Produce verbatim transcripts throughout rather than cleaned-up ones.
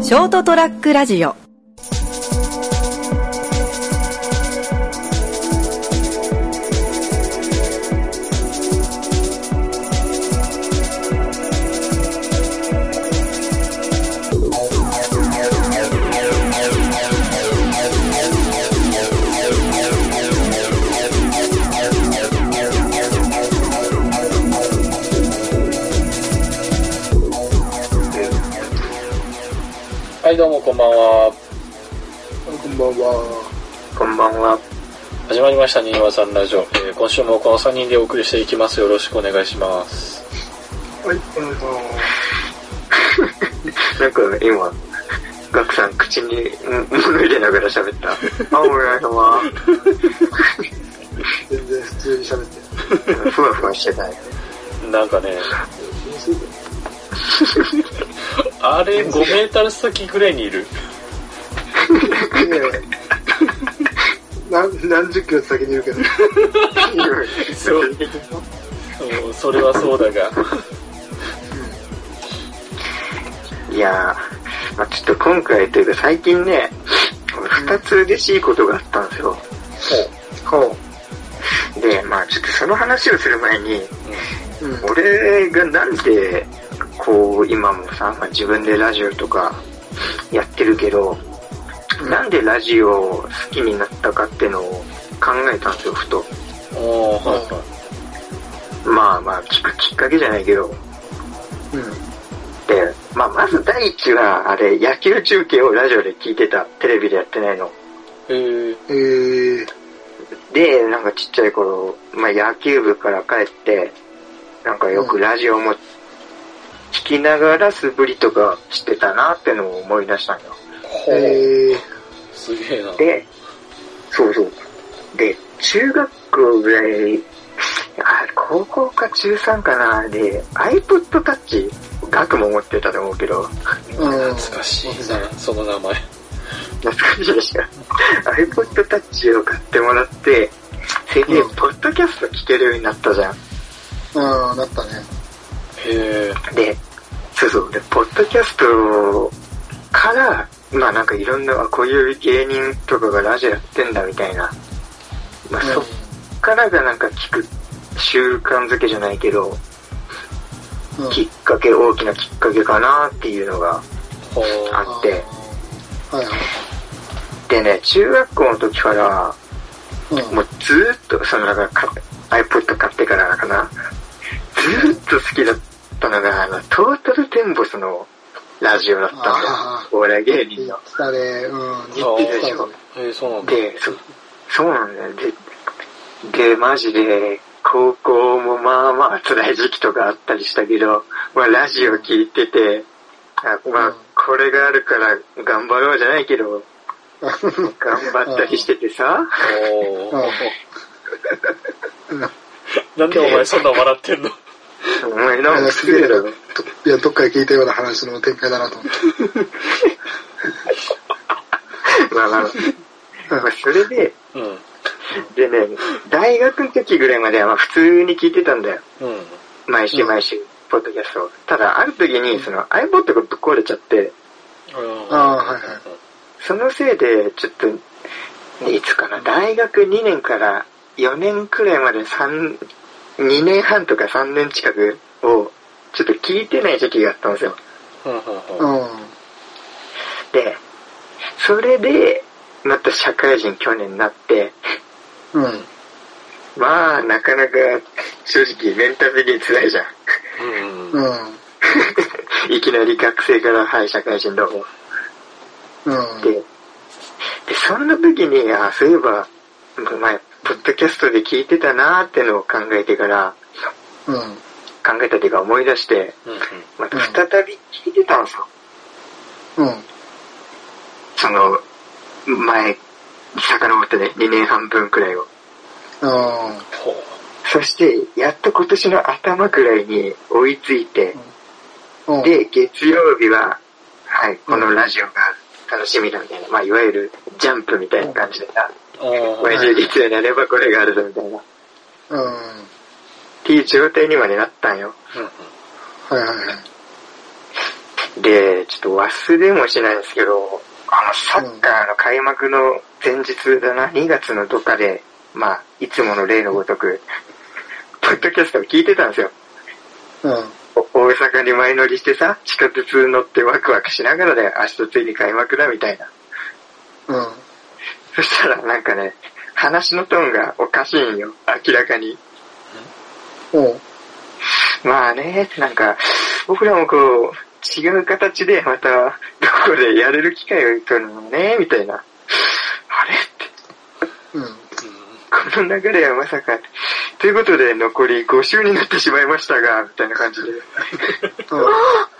ショートトラックラジオ。 はい、どうもこんばんは。 こんばんは。 こんばんは。 始まりましたにわさんラジオ、えー、今週もこのさんにんでお送りしていきます。よろしくお願いします。 はい、お願いしますなんか今ガクさん口に物入れながら喋ったあ、お願いします全然普通に喋ってるふわふわしてたよ。 なんかねあれごメートル先ぐらいにいる何, 何十キロ先にいるけどそうそれはそうだがいやー、まあ、ちょっと今回というか最近ね二つ嬉しいことがあったんですよ。ほうほうで、まあちょっとその話をする前に、うん、俺がなんでこう今もさ、まあ、自分でラジオとかやってるけど、うん、なんでラジオを好きになったかっていうのを考えたんですよ、ふと。 おー、はいはい。 まあまあ聞くきっかけじゃないけど、うん、で、まあまず第一はあれ野球中継をラジオで聞いてた。テレビでやってないの。 へー。 えー、 で、なんかちっちゃい頃、まあ野球部から帰ってなんかよくラジオも、うん聞きながら素振りとかしてたなってのを思い出したんよ。 へー。 すげえな。 で、そうそう。で、中学校ぐらい、あ高校か中さんかなで、iPod Touch、学も持ってたと思うけど。 懐かしいな、その名前。 懐かしいでしょ。iPod Touch を買ってもらって、それで、ポッドキャスト聞けるようになったじゃん。 うん、なったね。 へー。で、そうそう。で、ポッドキャストから、まあなんかいろんな、こういう芸人とかがラジオやってんだみたいな。まあそっからがなんか聞く習慣づけじゃないけど、うん、きっかけ、大きなきっかけかなっていうのがあって。 はいはい。 でね、中学校の時から、うん、もうずーっと、そのなんか iPod 買ってからかな。ずーっと好きだったのが、あの、トータルテンボスのラジオだったんだよ。お笑い芸人の。 言ってたね、うん。 言ってたでしょ。 えー、そうなんだ。 で、そ、そうなんだよ。で、で、マジで、高校もまあまあ辛い時期とかあったりしたけど、まあラジオ聞いてて、あまあこれがあるから頑張ろうじゃないけど、頑張ったりしててさ。 おー。なんでお前そんな笑ってんの？ お前なんかすげえだろ。 いや、どっかで聞いたような話の展開だなと思って。 まあまあ、まあ、それで、うん、でね、大学の時ぐらいまではまあ普通に聞いてたんだよ。うん、毎週毎週、ポッドキャストを。ただ、ある時にその iPod がぶっ壊れちゃって、 ああ、はいはい。 そのせいで、ちょっと、いつかな、大学にねんからよねんくらいまでさん、にねんはんとかさんねん近くをちょっと聞いてない時期があったんですよ。 うん。 で、それでまた社会人去年になって、 うん。 まあなかなか正直メンタル的に辛いじゃん。 うん。 いきなり学生からはい社会人どうも。 うん。 で、でそんな時にあそういえば前ポッドキャストで聞いてたなーってのを考えてから、 うん、 考えたというか思い出して、うんうん、また再び聞いてたんですよ。 うん。 その、前、遡ってね、にねんはんぶんくらいを。 うん。 そして、やっと今年の頭くらいに追いついて、うん、で、月曜日は、はい、このラジオが楽しみだみたいな、まあ、いわゆるジャンプみたいな感じでさ、毎週月曜になればこれがあるぞみたいな。 うん。 っていう状態にまでなったんよ。 うん、はいはいはい。 で、ちょっと忘れもしないんですけど、あの、サッカーの開幕の前日だな、にがつのどっかで、まあ、いつもの例のごとく、ポッドキャストを聞いてたんですよ。 うん。 大阪に前乗りしてさ、地下鉄乗ってワクワクしながらで、明日ついに開幕だみたいな。 うん。 そしたらなんかね、話のトーンがおかしいんよ、明らかに。 うん。 まあね、なんか、僕らもこう、違う形でまた、どこでやれる機会を取るのね、みたいな。あれって。 うん。 この流れはまさか、ということで残りご週になってしまいましたが、みたいな感じで。うん、もう、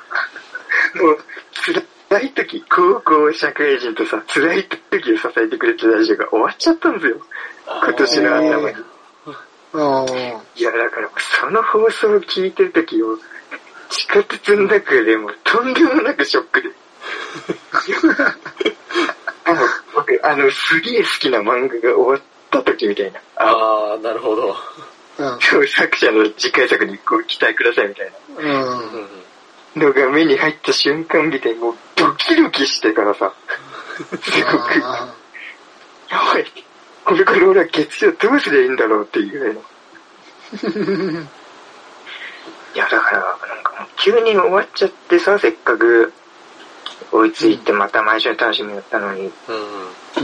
辛い時、高校社会人とさ、辛い時を支えてくれてたラジオが終わっちゃったんですよ。今年の頭に。いや、だからその放送を聞いてる時を、地下鉄の中でもとんでもなくショックで。あの、僕、あの、すげえ好きな漫画が終わった時みたいな。 ああ、なるほど。 うん、作者の次回作にご期待くださいみたいな。うん。のが目に入った瞬間みたいにもうドキドキしてからさ。すごく。やばい。これから俺は月曜どうすりゃいいんだろうっていうぐらいの。いや、だから、なんかもう急に終わっちゃってさ、せっかく追いついてまた毎週楽しみだったのに。うん。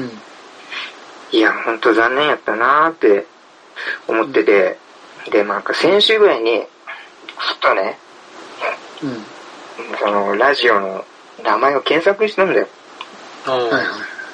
いや、ほんと残念やったなーって思ってて、うん、で、なんか先週ぐらいに、ふとね、うん、その、ラジオの名前を検索したんだよ。はいはい。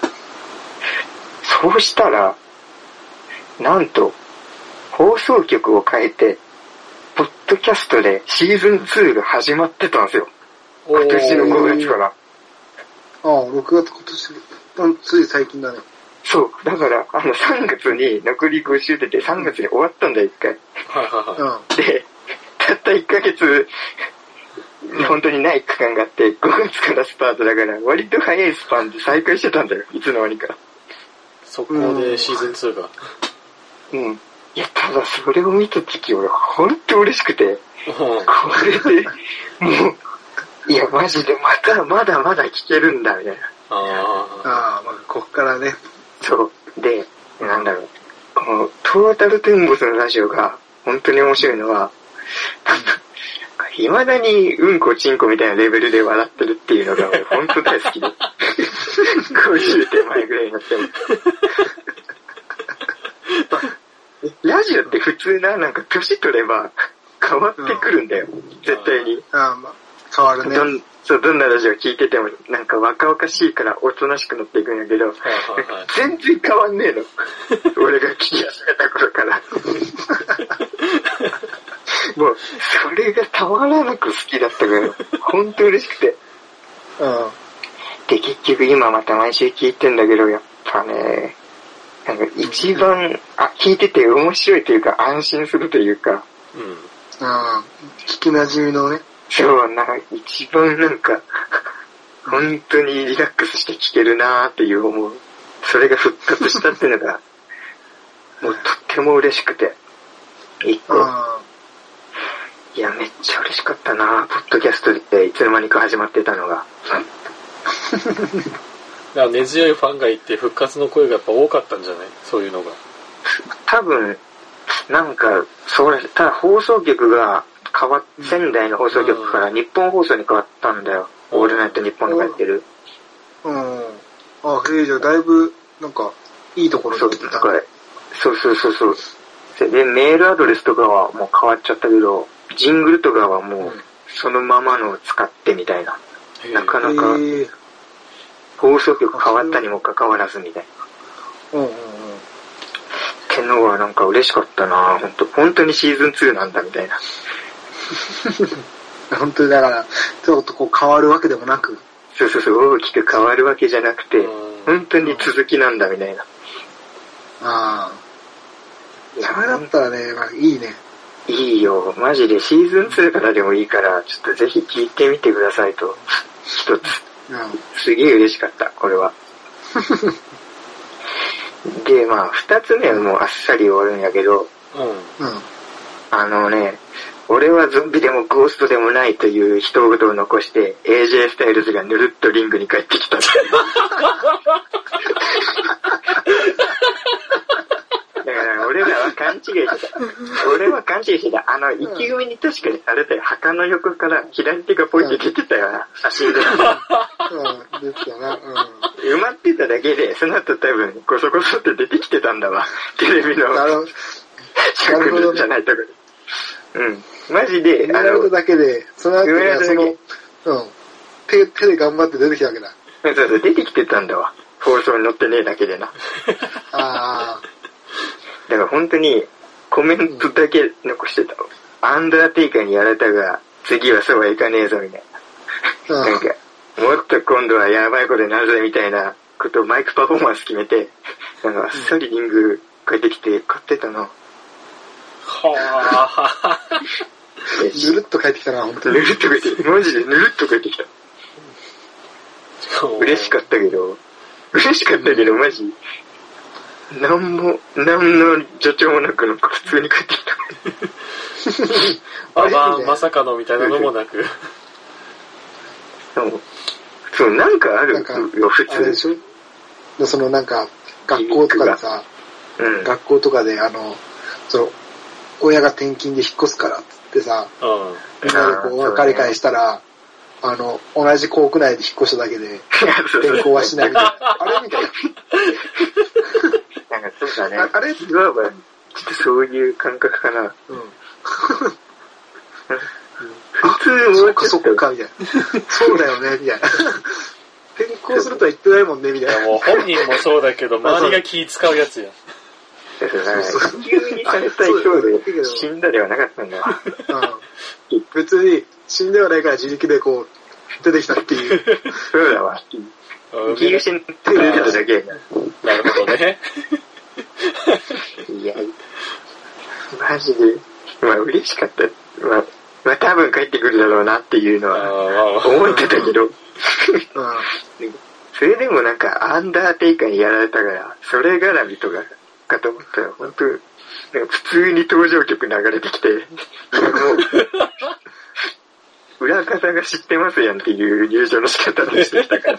そうしたら、なんと、放送局を変えて、ポッドキャストでシーズンツーが始まってたんですよ。今年のごがつから。 ああ、ろくがつ今年、つい最近だね。 そう、だから、あの、さんがつに残りご週出てさんがつに終わったんだよ、一回。で、たったいっかげつ、本当にない区間があって、ごがつからスタートだから、割と早いスパンで再開してたんだよ、いつの間にか。 そこでシーズンツーが。 うん。いや、ただそれを見たとき俺、ほんと嬉しくて、これで、もう、いや、マジでまた、まだまだ聞けるんだ、みたいな。 ああ、まあ、こっからね。 そう。で、なんだろう。この、トータルテンボスのラジオが、本当に面白いのは、未だにうんこちんこみたいなレベルで笑ってるっていうのが、俺本当大好きで。ごじゅう手前ぐらいになっても。ラジオって普通な、なんか年取れば変わってくるんだよ。うん、絶対に。 ああ、まあ、変わるね。 どん、そう、どんなラジオ聞いてても、なんか若々しいからおとなしくなっていくんやけど、全然変わんねえの。俺が聞き始めた頃から。もう、それがたまらなく好きだったから、ほんと嬉しくて。うん。で、結局今また毎週聞いてんだけど、やっぱね、なんか一番、あ、聞いてて面白いというか安心するというか。 うん。ああ、聞き馴染みのね。 そう、なんか一番なんか、本当にリラックスして聞けるなーっていう思う。それが復活したっていうのが、もうとっても嬉しくて。一個。いや、めっちゃ嬉しかったなー、ポッドキャストでいつの間にか始まってたのが。 だから根強いファンがいて復活の声がやっぱ多かったんじゃない？そういうのが。 多分、なんか、それ、ただ放送局が変わっ、仙台の放送局から日本放送に変わったんだよ。うん、オールナイト日本とかやってる。 うん。あ、へえ、じゃあだいぶ、なんか、いいところに行ってた。 そうそうそうそう。で、メールアドレスとかはもう変わっちゃったけど、ジングルとかはもう、そのままのを使ってみたいな。うん、なかなか、放送局変わったにもかかわらずみたいな。うんうんうん。ってのはなんか嬉しかったなぁ。ほんと、本当にシーズンツーなんだみたいな。 本当にだから、ちょっとこう変わるわけでもなく。 そうそうそう、大きく変わるわけじゃなくて、本当に続きなんだみたいな。 ああ。それだったらね、まあ、いいね。 いいよ。マジでシーズンツーからでもいいから、ちょっとぜひ聞いてみてくださいと。一つ。うん、すげえ嬉しかった、これは。で、まあ、二つ目はもうあっさり終わるんやけど、うん、あのね、 俺はゾンビでもゴーストでもないという一言を残して エージェー スタイルズがぬるっとリングに帰ってきた。だから俺らは勘違いしてた。俺は勘違いしてた。あの、意気込みに確かにされたよ。墓の横から左手がポイって出てたよな、写真で。 うん、出てたな。うん。 埋まってただけで、その後多分、こそこそって出てきてたんだわ。テレビの、 なるほど。 じゃないところに。うん。マジで、 あの、だけで、その後ね、その、うん。手、手で頑張って出てきたわけだ。 そうそう、出てきてたんだわ。放送に載ってねえだけでな。 ああ。 だから本当に、コメントだけ残してた。うん、アンダーテイカーにやられたが、次はそうはいかねえぞ、みたいな。うん、なんか、もっと今度はやばいことになるぜ、みたいなことをマイクパフォーマンス決めて、なんか、あっさりリング帰ってきて買ってたな。はぁ。ぬるっと帰ってきたな、本当に。 ぬるっと帰ってきた。マジでぬるっと帰ってきた。嬉しかったけど、嬉しかったけど、マジ、なんも、なんの助長もなく、なんか普通に帰ってきた。あ、まあ、まさかのみたいなのもなく。 そう、なんかあるよ、普通。あれでしょ？そのなんか、学校とかでさ、うん、学校とかで、あの、その、親が転勤で引っ越すからっつってさ、うん、みんなでこう、別れ会したら、あの、同じ校区内で引っ越しただけで、転校はしないみたいな。あれみたいな。 なんかそうだね。あ, あれいわば、ちょっとそういう感覚かな。うん。普通もうちょっと。そっか、みたいな。そうだよね、みたいな。転校するとは言ってないもんね、みたいな。 もう本人もそうだけど、周りが気使うやつや。 急にされた人で死んだではなかったんだよ。 うん。別に死んではないから自力でこう、出てきたっていう。 そうだわ。気が死んで出てただけやな。 なるほどね。 いや、マジで、まあ嬉しかった。まあ、まあ多分帰ってくるだろうなっていうのは思ってたけど。それでもなんかアンダーテイカーにやられたから、それ絡みとかかと思ったら、本当なんか普通に登場曲流れてきて、もう、裏方が知ってますやんっていう入場の仕方をしてきたから。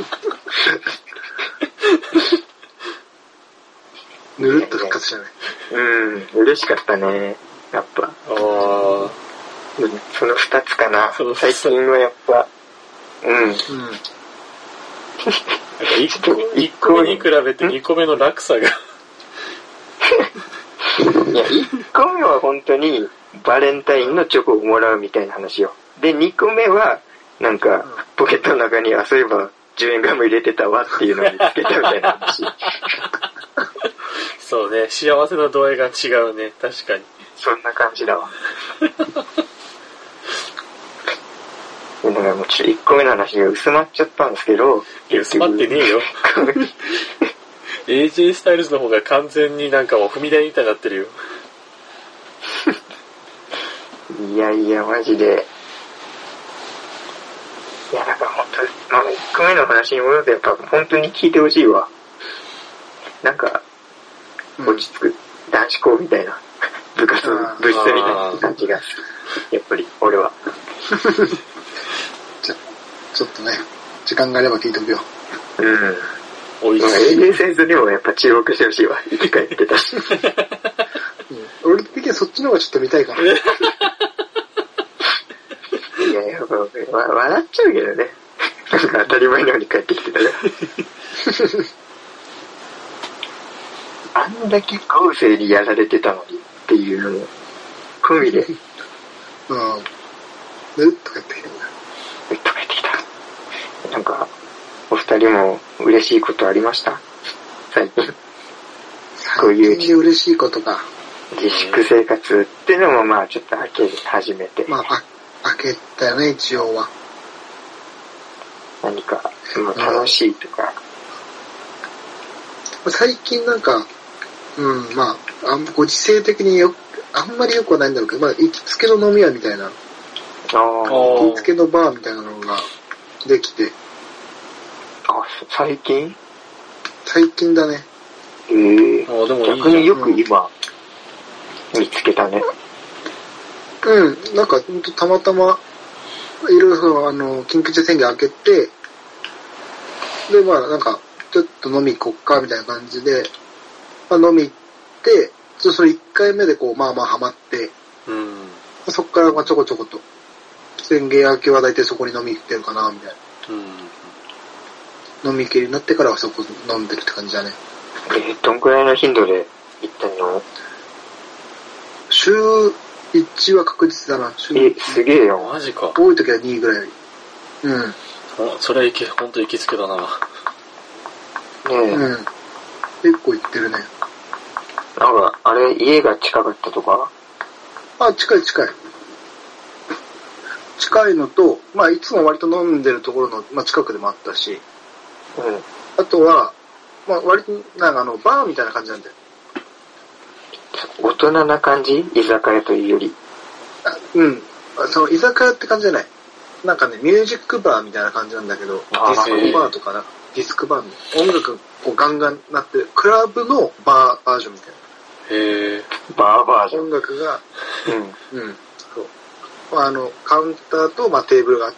ぬるっと復活したね。 うん、嬉しかったね、やっぱ。あその二つかな。最近はやっぱ、うん。うん。 いっこめに比べてにこめの落差が。 いや、いっこめは本当にバレンタインのチョコをもらうみたいな話よ。で、にこめは、なんか、ポケットの中に、あ、そういえばじゅうえんガム入れてたわっていうのを見つけたみたいな話。 そうね、幸せの度合いが違うね、確かに。 そんな感じだわ。だからもうちょっといっこめの話が薄まっちゃったんですけど。 いや、薄まってねえよ。エージェー スタイルズの方が完全になんかもう踏み台みたいになってるよ。 いやいや、マジで。いや、だから本当に、まあいっこめの話に戻るとやっぱ本当に聞いてほしいわ。なんか、落ち着く男子校みたいな、部活、部室みたいな感じが好き。やっぱり、俺は。 じゃ、ちょっとね、時間があれば聞いておくよ。 うん。おいしい。まあ、エージェー 戦争にもやっぱ注目してほしいわ。生き返ってたし。 うん、俺的にはそっちの方がちょっと見たいかな。いや、やっぱ、わ笑っちゃうけどね。なんか当たり前のように帰ってきてたよ。あんだけ後世にやられてたのにっていうのも、込みで。うん。 ぬるっと帰ってきたんだ。 ぬるっと帰ってきた。なんか、お二人も嬉しいことありました最近。 こういう。最近で嬉しいことか。 自粛生活っていうのもまあちょっと開け始めて。 まあ、あ開けたよね、一応は。 何か、楽しいとか。 最近なんか、うん、まあ、あご時世的によあんまりよくはないんだろうけど、まあ、行きつけの飲み屋みたいな、行きつけのバーみたいなのができて。 あ、最近最近だね。 えー、あでもいい逆によく今、うん、見つけたね。 うん、なんかほんとたまたま、いろいろあの、緊急事態宣言開けて、で、まあなんか、ちょっと飲み行こっか、みたいな感じで、まあ飲み行って、それいっかいめでこう、まあまあハマって、うん、そっからまあちょこちょこと、宣言明けは大体そこに飲み行ってるかな、みたいな。うん、飲み行けるようになってからはそこ飲んでるって感じだね。 えー、どんくらいの頻度で行ってんの？ 週いちは確実だな。週え、すげえよ。 マジか。 多い時はにぐらい。うん。 それは行き、ほんと行きつけだな。ねえ。うん。結構行ってるね。 なんか、あれ、家が近かったとか？ あ、近い近い。近いのと、まあいつも割と飲んでるところの、まあ、近くでもあったし、うん。あとは、まあ割と、なんかあの、バーみたいな感じなんだよ。 大人な感じ？居酒屋というより。 あ、うん。その居酒屋って感じじゃない。なんかね、ミュージックバーみたいな感じなんだけど、ディスコバーとかな、ディスクバーみたいな。音楽こうガンガンなってる、クラブのバーバージョンみたいな。 へー。バーバージョン。 音楽が、うん。うん。そう。あの、カウンターと、まあ、テーブルがあって、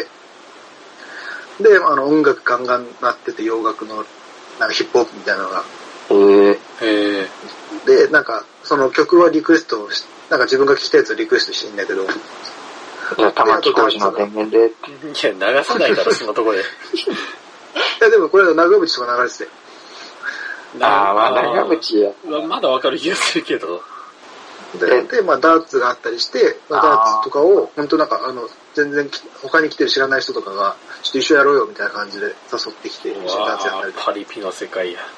で、あの、音楽ガンガンなってて、洋楽の、なんかヒップホップみたいなのが。 へー。 へー。 で、なんか、その曲はリクエストをし、なんか自分が聴きたいやつをリクエストしていいんだけど。 じゃあ、玉置浩二の電源で。いや、流さないだろ、そのとこで。いや、でもこれは長渕とか流れてて。 ああ、まあ長渕や。 まだわかる気がするけど。 で、でまあ、ダーツがあったりして、ダーツとかを、本当なんか、あの、全然、他に来てる知らない人とかが、ちょっと一緒やろうよみたいな感じで誘ってきて、一緒にダーツやったりとか。 パリピの世界や。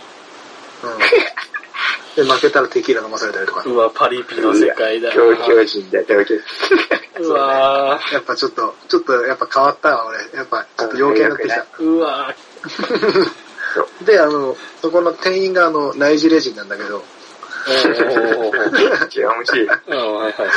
うん。で、負けたらテキーラ飲まされたりとか。 うわ、パリピの世界だ。 東京人だ、東京人。うわやっぱちょっと、ちょっとやっぱ変わったわ、俺。やっぱ、ちょっと陽気になってきた。 うわで、あの、そこの店員があの、ナイジェリア人なんだけど。 おー、違う、面白い。 はいはい。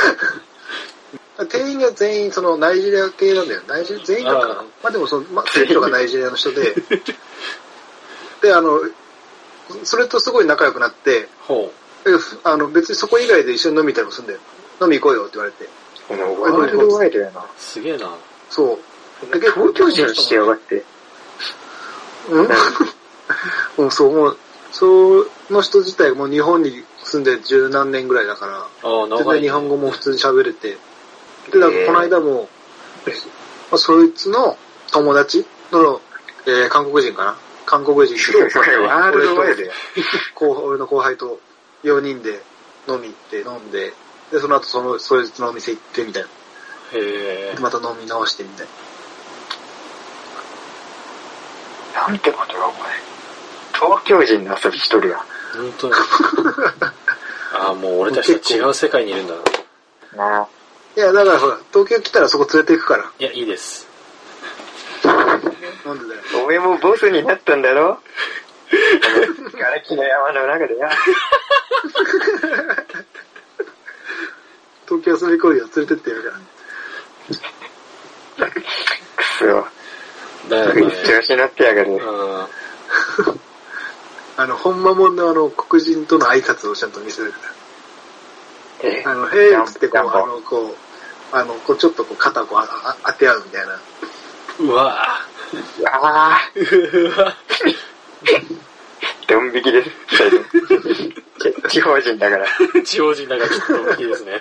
店員が全員そのナイジェリア系なんだよ。ナイジェリア全員だったかな。まあでもその、まあ、店長がナイジェリアの人で。で、あの、それとすごい仲良くなって、 ほうあの別にそこ以外で一緒に飲み行ったりもするんだよ。飲み行こうよって言われて。 ワールドワイドやな。 すげえな。 そう。 東京人してやがって。 うんもうそう、もう、その人自体もう日本に住んで十何年ぐらいだから、 あ全然日本語も普通に喋れて、で、だからこの間も、まあ、そいつの友達の、えー、韓国人かな韓国人と、 ワールドワイドや。 俺の後輩とよにんで飲み行って飲んで、で、その後その、そいつのお店行ってみたいな。 へー。 また飲み直してみたいな。なんてことだ、お前。東京人の遊びしとるやん。 本当に。ああ、もう俺たちと違う世界にいるんだな。なあ。 いや、だからほら、東京来たらそこ連れて行くから。 いや、いいです。 なんでだよ。 おめえもボスになったんだろガラキの山の中でや。 東京遊び来いよ、連れてってやるから。 くそ。だから、ね、調子乗ってやがる。 あの、本間もんのあの、黒人との挨拶をちゃんと見せるから。 えあの、へーっつってこう、あの、こう、あの、こう、ちょっとこう、肩をこうあ当て合うみたいな。 うわぁ。うわぁ。うわドン引きです。地方人だから。 地方人だからドン引きですね。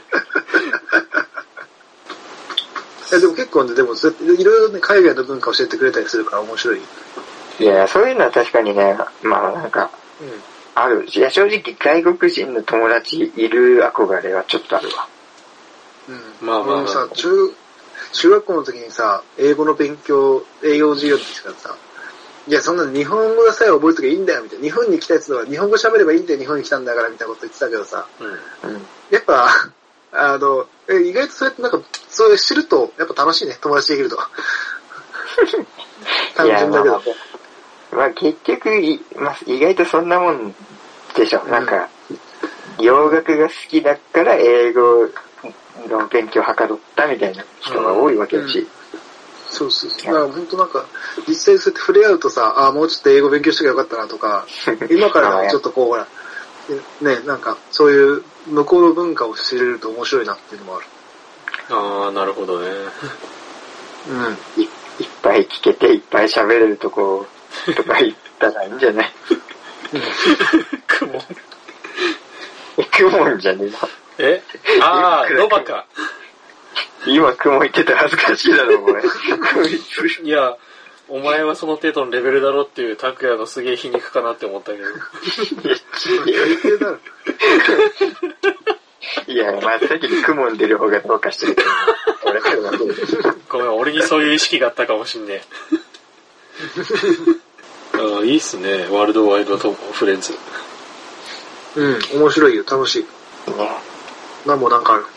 いや、でも結構ね、でも、いろいろね、海外の文化教えてくれたりするから面白い。 いや、そういうのは確かにね、まあなんか、うん、ある。いや、正直外国人の友達いる憧れはちょっとあるわ。 うん。まあまあ、まあ。さ、中、中学校の時にさ、英語の勉強、英語授業の時からさ、いや、そんな日本語さえ覚えときゃいいんだよ、みたいな。日本に来たやつは日本語喋ればいいんだよ、日本に来たんだから、みたいなこと言ってたけどさ、うん。うん、やっぱ、あの、意外とそうやってなんか、そういう知ると、やっぱ楽しいね、友達できると。単純だけど。 まあ結局、まあ、意外とそんなもんでしょ。うん、なんか、洋楽が好きだから英語の勉強をはかどったみたいな人が多いわけだし。うんうん、 そうそうそう。だから本当なんか、実際そうやって触れ合うとさ、ああ、もうちょっと英語勉強しときゃよかったなとか、今からちょっとこうほら、ね、なんかそういう向こうの文化を知れると面白いなっていうのもある。 ああ、なるほどね。 うん。い, いっぱい聞けていっぱい喋れるとことか言ったらいいんじゃない？ クモン。 クモンじゃねえな。 え？ああ、ノバか。 今クモン言ってたら恥ずかしいだろ、お前。 いや、お前はその程度のレベルだろっていう拓也のすげえ皮肉かなって思ったけど。 いや、真っ先にクモン出る方がどうかしてるけど、俺からだけで。 ごめん、俺にそういう意識があったかもしんねえ。ああ、いいっすね、ワールドワイドフレンズ。 うん、面白いよ、楽しい。なんもなんかある。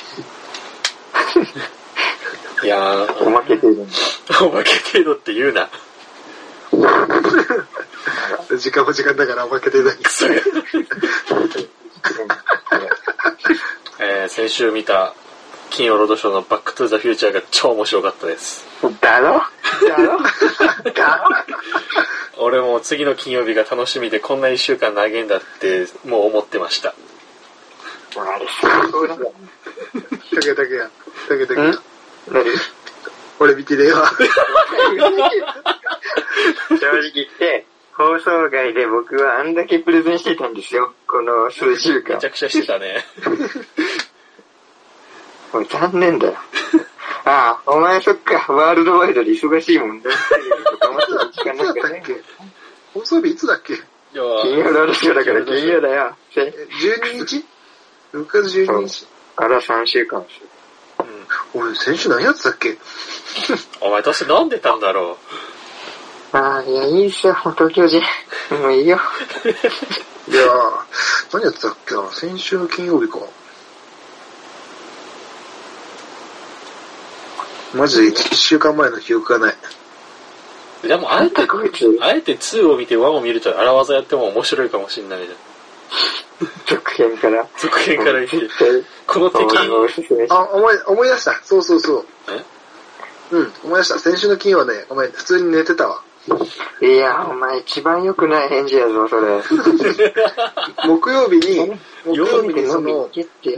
いやー、 おまけ程度。 おまけ程度って言うな。 時間も時間だからおまけ程度に。 えー、先週見た金曜ロードショーのバックトゥーザフューチャーが超面白かったです。 だろだろだろ俺も次の金曜日が楽しみでこんな一週間長いんだってもう思ってました。 あれ最高だ。 たけたけや。たけたけや。 何？ 俺見てねえわ。 正直言って、放送外で僕はあんだけプレゼンしてたんですよ。この数週間。 めちゃくちゃしてたね。 もう残念だよ。ああ、お前そっか、ワールドワイドで忙しいもんだ。 放送日いつだっけ？ 金曜ロードショーだから金曜だよ。 じゅうににち？ ろくがつじゅうににち。 あらさんしゅうかんですよ。 うん、俺先週何やってたっけ？ お前私飲んでたんだろう。ああ、いや、いいっすよ、東京人。もういいよ。 いやー、何やってたっけな、先週の金曜日か。マジでいっしゅうかんまえの記憶がない。 でもあえて、あえてツーを見てワンを見ると荒技やっても面白いかもしんないじゃん。 続編から。 続編から言って。この敵。 あ、思い、思い出した。そうそうそう。え？うん、思い出した。先週の金はね、お前普通に寝てたわ。 いや、お前一番良くない返事やぞ、それ。 木曜日に、木曜日にその、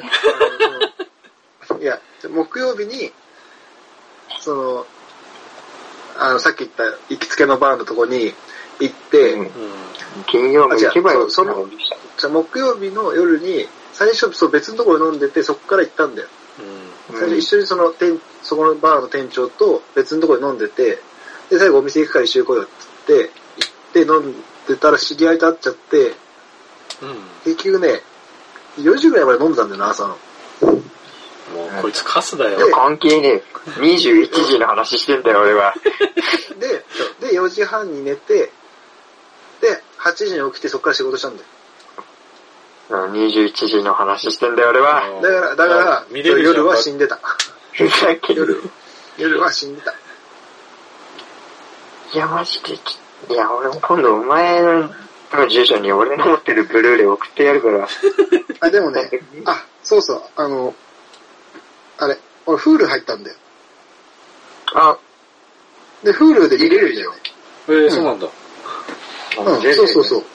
いや、木曜日に、その、あの、さっき言った行きつけのバーのとこに行って、うん、 金曜日行けばよ。 その、じゃ木曜日の夜に、最初そう別のところ飲んでて、そこから行ったんだよ。うん、最初一緒にその店、そこのバーの店長と別のところに飲んでて、で、最後お店行くから一緒に来いよって言って、行って飲んでたら知り合いと会っちゃって、うん、結局ね、よじぐらいまで飲んでたんだよな、朝の。もうこいつカスだよ。 関係ねえ。にじゅういちじの話してんだよ、俺は。 で、で、よじはんに寝て、で、はちじに起きてそっから仕事したんだよ。にじゅういちじの話してんだよ、俺は。 だから、だから、夜は死んでた。夜、夜は死んでた。 いや、マジで、いや、俺も今度お前の住所に俺の持ってるブルーレイ送ってやるから。 あ、でもね、あ、そうそう、あの、あれ、俺、フール入ったんだよ。 あ。 で、フールで見れるじゃん。 えー、そうなんだ。 うん、そうそうそう。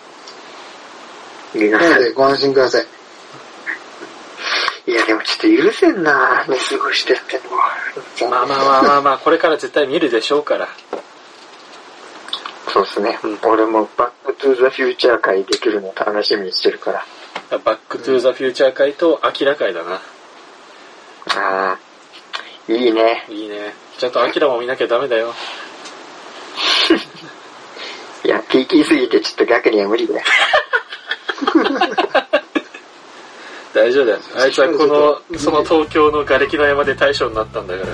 なので、ご安心ください。 いや、でもちょっと許せんな、寝過ごしてっても。まあまあまあまあまあ、これから絶対見るでしょうから。 そうっすね。うん、俺もバックトゥーザフューチャー会できるの楽しみにしてるから。 バックトゥーザフューチャー会とアキラ会だな。 ああ、いいね。 いいね。ちゃんとアキラも見なきゃダメだよ。 いや、ピーキーすぎてちょっと額には無理だよ。 大丈夫だよ。あいつはこの、その東京の瓦礫の山で大将になったんだから。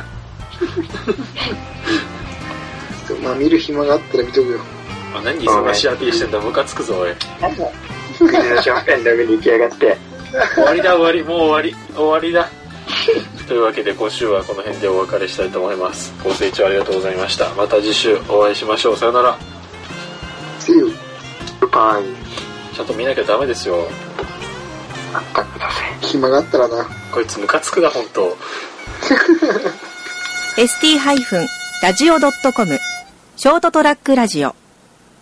まあ見る暇があったら見とくよ。 あ、何忙しいアピールしてんだ、ムカつくぞ、おい。 グリのシャンペンの上に行きやがって。 終わりだ、終わり、もう終わり、終わりだ。というわけで今週はこの辺でお別れしたいと思います。ご清聴ありがとうございました。また次週お会いしましょう。さよなら。 See you. Goodbye. ちゃんと見なきゃダメですよ。 あったください。 暇があったらな。 こいつムカつくな、ほんと。 エスティー ラジオ ドットコム ショートトラックラジオ